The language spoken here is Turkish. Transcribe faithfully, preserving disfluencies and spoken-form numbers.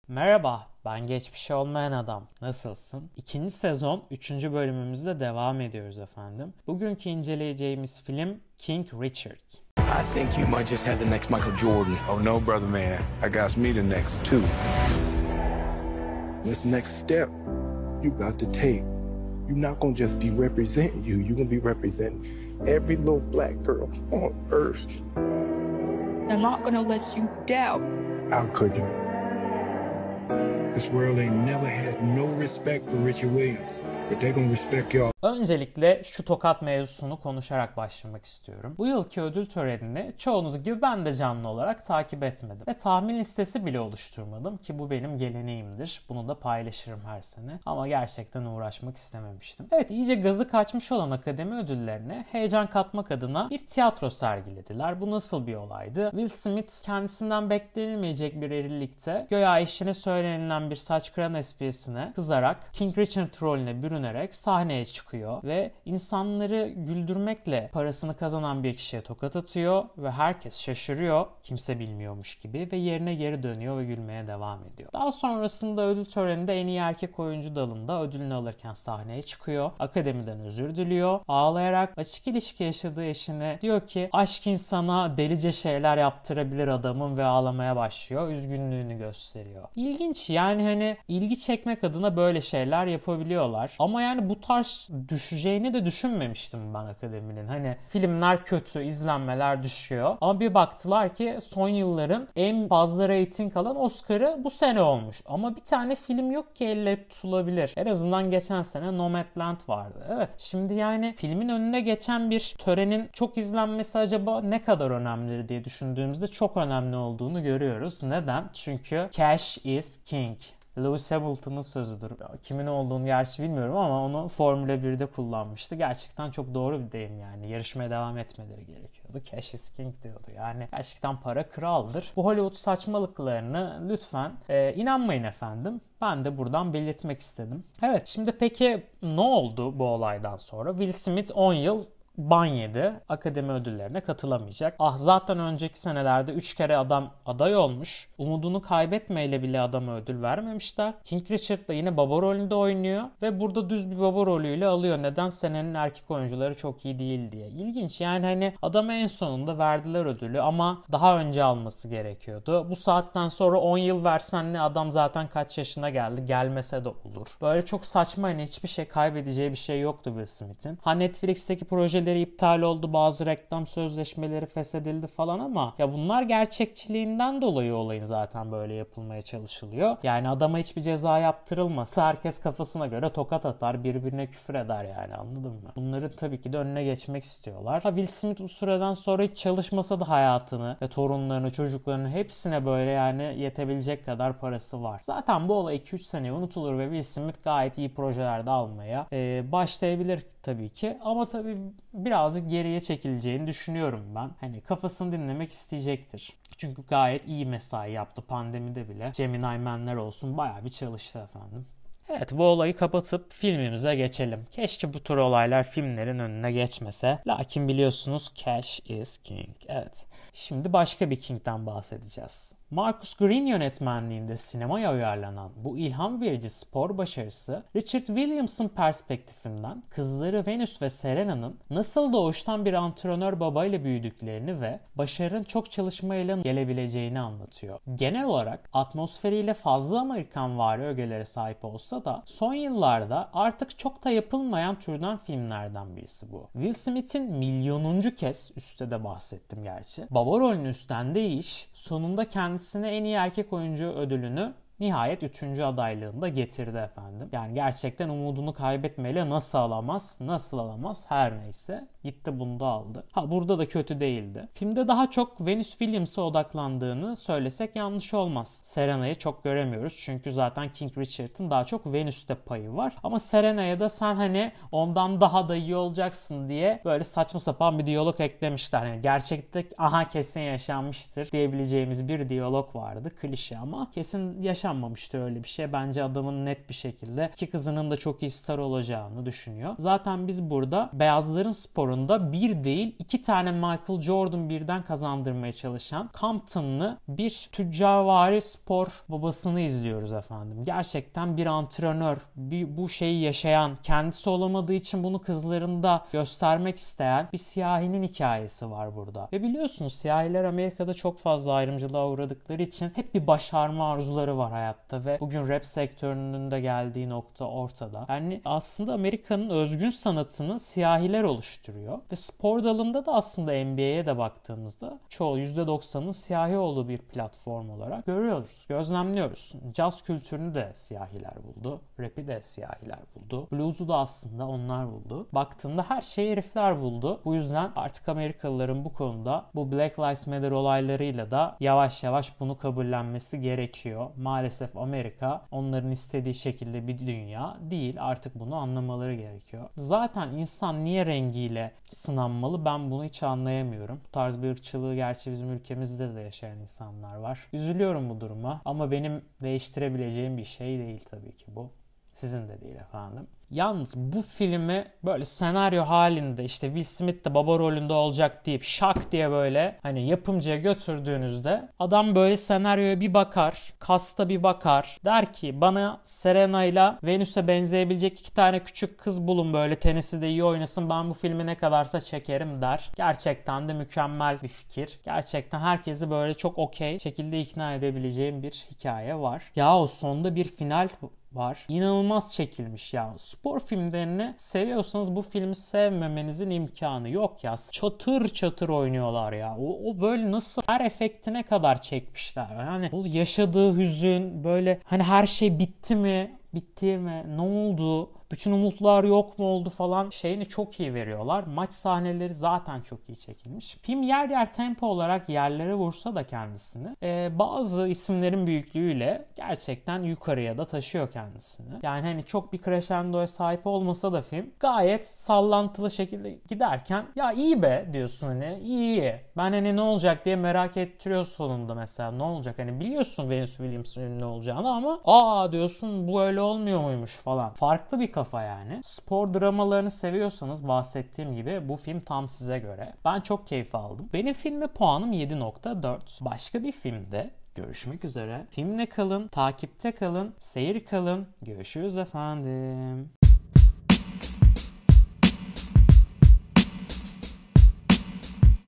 Merhaba, ben geçmişi olmayan adam. Nasılsın? İkinci sezon üçüncü bölümümüzde devam ediyoruz efendim. Bugünkü inceleyeceğimiz film King Richard. I think you might just have the next Michael Jordan. Oh no, brother man. I got me the next too. What's the next step you got to take? You're not gonna just be representing you. You're gonna be representing every little black girl on earth. I'm not gonna let you down. How could you? This world ain't never had no respect for Richard Williams, but they gonna respect y'all. Öncelikle şu tokat mevzusunu konuşarak başlamak istiyorum. Bu yılki ödül törenini çoğunuz gibi ben de canlı olarak takip etmedim. Ve tahmin listesi bile oluşturmadım ki bu benim geleneğimdir. Bunu da paylaşırım her sene. Ama gerçekten uğraşmak istememiştim. Evet, iyice gazı kaçmış olan akademi ödüllerine heyecan katmak adına bir tiyatro sergilediler. Bu nasıl bir olaydı? Will Smith kendisinden beklenilmeyecek bir erillikte göya eşine söylenilen bir saç kıran esprisine kızarak King Richard rolüne bürünerek sahneye çıkıyor ve insanları güldürmekle parasını kazanan bir kişiye tokat atıyor ve herkes şaşırıyor, kimse bilmiyormuş gibi ve yerine geri dönüyor ve gülmeye devam ediyor. Daha sonrasında ödül töreninde en iyi erkek oyuncu dalında ödülünü alırken sahneye çıkıyor, akademiden özür diliyor, ağlayarak açık ilişki yaşadığı eşine diyor ki aşk insana delice şeyler yaptırabilir adamım ve ağlamaya başlıyor, üzgünlüğünü gösteriyor. İlginç, yani hani ilgi çekmek adına böyle şeyler yapabiliyorlar ama yani bu tarz düşeceğini de düşünmemiştim ben akademinin. Hani filmler kötü, izlenmeler düşüyor. Ama bir baktılar ki son yılların en fazla reyting alan Oscar'ı bu sene olmuş. Ama bir tane film yok ki elle tutulabilir. En azından geçen sene Nomadland vardı. Evet, şimdi yani filmin önüne geçen bir törenin çok izlenmesi acaba ne kadar önemlidir diye düşündüğümüzde çok önemli olduğunu görüyoruz. Neden? Çünkü cash is king. Lewis Hamilton'ın sözüdür. Kimin olduğunu gerçi bilmiyorum ama onu Formula birde kullanmıştı. Gerçekten çok doğru bir deyim yani. Yarışmaya devam etmeleri gerekiyordu. Cash is king diyordu. Yani gerçekten para kraldır. Bu Hollywood saçmalıklarını lütfen e, inanmayın efendim. Ben de buradan belirtmek istedim. Evet, şimdi peki ne oldu bu olaydan sonra? Will Smith on yıl ban yedi. Akademi ödüllerine katılamayacak. Ah, zaten önceki senelerde üç kere adam aday olmuş. Umudunu kaybetmeyle bile adama ödül vermemişler. King Richard da yine baba rolünde oynuyor ve burada düz bir baba rolüyle alıyor. Neden? Senenin erkek oyuncuları çok iyi değil diye. İlginç, yani hani adama en sonunda verdiler ödülü ama daha önce alması gerekiyordu. Bu saatten sonra on yıl versen ne, adam zaten kaç yaşına geldi, gelmese de olur. Böyle çok saçma, hani hiçbir şey kaybedeceği bir şey yoktu Will Smith'in. Ha, Netflix'teki projeleri iptal oldu, bazı reklam sözleşmeleri feshedildi falan ama ya bunlar gerçekçiliğinden dolayı olayın zaten böyle yapılmaya çalışılıyor. Yani adama hiçbir ceza yaptırılmasa herkes kafasına göre tokat atar, birbirine küfür eder, yani anladın mı? Bunların tabii ki de önüne geçmek istiyorlar. Ha, Will Smith bu süreden sonra hiç çalışmasa da hayatını ve torunlarını, çocuklarını hepsine böyle yani yetebilecek kadar parası var. Zaten bu olay iki üç seneye unutulur ve Will Smith gayet iyi projelerde almaya e, başlayabilir tabii ki. Ama tabii birazcık geriye çekileceğini düşünüyorum ben. Hani kafasını dinlemek isteyecektir. Çünkü gayet iyi mesai yaptı pandemide bile. Gemini Man'ler olsun bayağı bir çalıştı efendim. Evet, bu olayı kapatıp filmimize geçelim. Keşke bu tür olaylar filmlerin önüne geçmese. Lakin biliyorsunuz cash is king. Evet. Şimdi başka bir king'den bahsedeceğiz. Marcus Green yönetmenliğinde sinemaya uyarlanan bu ilham verici spor başarısı Richard Williams'ın perspektifinden kızları Venus ve Serena'nın nasıl doğuştan bir antrenör babayla büyüdüklerini ve başarının çok çalışmayla gelebileceğini anlatıyor. Genel olarak atmosferiyle fazla Amerikanvari ögelere sahip olsa da son yıllarda artık çok da yapılmayan türden filmlerden birisi bu. Will Smith'in milyonuncu kez, üstte de bahsettim gerçi, baba rolünü üstlendiği iş sonunda kendisine en iyi erkek oyuncu ödülünü nihayet üçüncü adaylığında getirdi efendim. Yani gerçekten umudunu kaybetmeyle nasıl alamaz, nasıl alamaz her neyse. Gitti bunu da aldı. Ha, burada da kötü değildi. Filmde daha çok Venus Williams'a odaklandığını söylesek yanlış olmaz. Serena'yı çok göremiyoruz çünkü zaten King Richard'ın daha çok Venüs'te payı var. Ama Serena'ya da sen hani ondan daha da iyi olacaksın diye böyle saçma sapan bir diyalog eklemişler. Yani gerçekte aha kesin yaşanmıştır diyebileceğimiz bir diyalog vardı. Klişe ama kesin yaşanmıştır yaşanmamıştı öyle bir şey. Bence adamın net bir şekilde iki kızının da çok iyi star olacağını düşünüyor. Zaten biz burada beyazların sporunda bir değil iki tane Michael Jordan birden kazandırmaya çalışan Compton'lı bir tüccarvari spor babasını izliyoruz efendim. Gerçekten bir antrenör, bir, bu şeyi yaşayan, kendisi olamadığı için bunu kızlarında göstermek isteyen bir siyahinin hikayesi var burada. Ve biliyorsunuz siyahiler Amerika'da çok fazla ayrımcılığa uğradıkları için hep bir başarma arzuları var hayatta ve bugün rap sektörünün de geldiği nokta ortada. Yani aslında Amerika'nın özgün sanatını siyahiler oluşturuyor ve spor dalında da aslında N B A'ye de baktığımızda çoğu yüzde doksanın siyahi olduğu bir platform olarak görüyoruz, gözlemliyoruz. Caz kültürünü de siyahiler buldu, rap'i de siyahiler buldu, blues'u da aslında onlar buldu. Baktığında her şeyi herifler buldu. Bu yüzden artık Amerikalıların bu konuda bu Black Lives Matter olaylarıyla da yavaş yavaş bunu kabullenmesi gerekiyor. Maalesef Amerika onların istediği şekilde bir dünya değil. Artık bunu anlamaları gerekiyor. Zaten insan niye rengiyle sınanmalı? Ben bunu hiç anlayamıyorum. Bu tarz bir ırkçılığı gerçi bizim ülkemizde de yaşayan insanlar var. Üzülüyorum bu duruma ama benim değiştirebileceğim bir şey değil tabii ki bu. Sizin de değil efendim. Yalnız bu filmi böyle senaryo halinde işte Will Smith de baba rolünde olacak deyip şak diye böyle hani yapımcıya götürdüğünüzde adam böyle senaryoya bir bakar, kasta bir bakar. Der ki bana Serena ile Venüs'e benzeyebilecek iki tane küçük kız bulun böyle tenisi de iyi oynasın. Ben bu filmi ne kadarsa çekerim der. Gerçekten de mükemmel bir fikir. Gerçekten herkesi böyle çok okey şekilde ikna edebileceğim bir hikaye var. Ya o sonda bir final var. İnanılmaz çekilmiş ya. Spor filmlerini seviyorsanız bu filmi sevmemenizin imkanı yok ya. Çatır çatır oynuyorlar ya. O, o böyle nasıl her efektine kadar çekmişler. Yani o yaşadığı hüzün böyle hani her şey bitti mi? Bitti mi? Ne oldu? Bütün umutlar yok mu oldu falan şeyini çok iyi veriyorlar. Maç sahneleri zaten çok iyi çekilmiş. Film yer yer tempo olarak yerlere vursa da kendisini e, bazı isimlerin büyüklüğüyle gerçekten yukarıya da taşıyor kendisini. Yani hani çok bir crescendo'ya sahip olmasa da film gayet sallantılı şekilde giderken ya iyi be diyorsun hani iyi iyi. Ben hani ne olacak diye merak ettiriyor sonunda mesela ne olacak hani biliyorsun Venus Williams'ın ne olacağını ama aa diyorsun bu öyle olmuyor muymuş falan. Farklı bir kafa yani. Spor dramalarını seviyorsanız bahsettiğim gibi bu film tam size göre. Ben çok keyif aldım. Benim filme puanım yedi nokta dört. Başka bir filmde görüşmek üzere. Filmle kalın, takipte kalın, seyir kalın. Görüşürüz efendim.